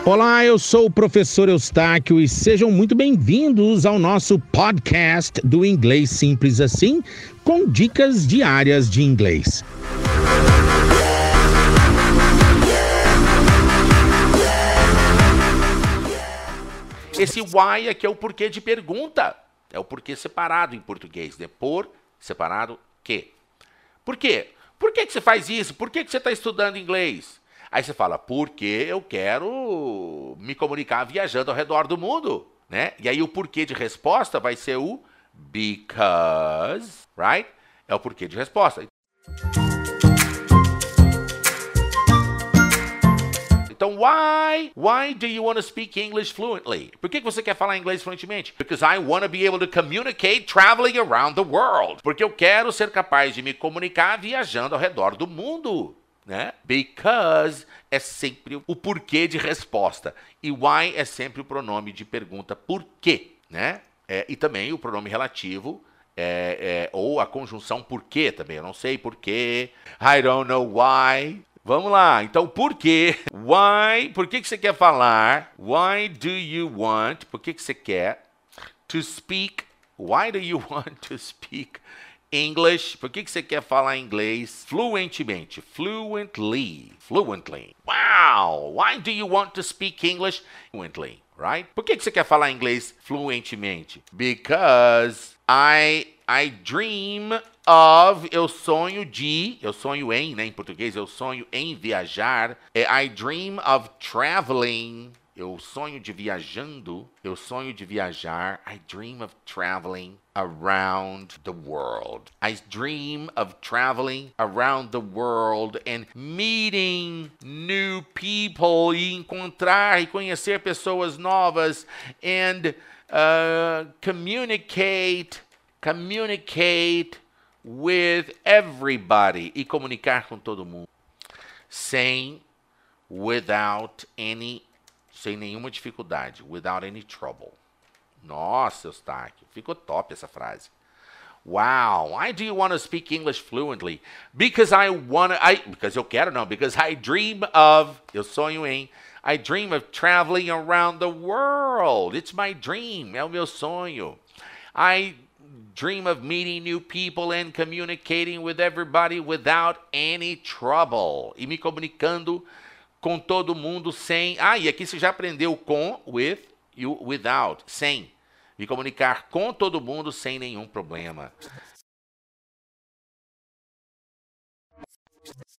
Olá, eu sou o professor Eustáquio e sejam muito bem-vindos ao nosso podcast do Inglês Simples Assim, com dicas diárias de inglês. Esse why aqui é o porquê de pergunta. É o porquê separado em português, né? Por separado que. Por quê? Por que você faz isso? Por que você está estudando inglês? Aí você fala, porque eu quero me comunicar viajando ao redor do mundo, né? E aí o porquê de resposta vai ser o because, right? É o porquê de resposta. Então, why do you want to speak English fluently? Por que você quer falar inglês fluentemente? Because I want to be able to communicate traveling around the world. Porque eu quero ser capaz de me comunicar viajando ao redor do mundo, né? Because é sempre o porquê de resposta. E why é sempre o pronome de pergunta por quê, né? E também o pronome relativo ou a conjunção por quê também. Eu não sei por quê. I don't know why. Vamos lá, então por quê? Why? Por que você quer falar? Why do you want? Por que você quer to speak? Why do you want to speak English? Por que você quer falar inglês fluentemente? Fluently. Wow! Why do you want to speak English fluently? Right? Por que você quer falar inglês fluentemente? Because I dream of, eu sonho em, né, em português, eu sonho em viajar. I dream of traveling, eu sonho de viajando, eu sonho de viajar. I dream of traveling around the world. I dream of traveling around the world and meeting new people, e encontrar e conhecer pessoas novas, and communicate with everybody, e comunicar com todo mundo sem nenhuma dificuldade, without any trouble. Nossa, Eustáquio, ficou top essa frase. Wow, why do you want to speak English fluently? Because eu quero, não, because I dream of, eu sonho em, I dream of traveling around the world. It's my dream, é o meu sonho. I dream of meeting new people and communicating with everybody without any trouble. E me comunicando com todo mundo sem... e aqui você já aprendeu com, with, e o without, sem. Me comunicar com todo mundo sem nenhum problema.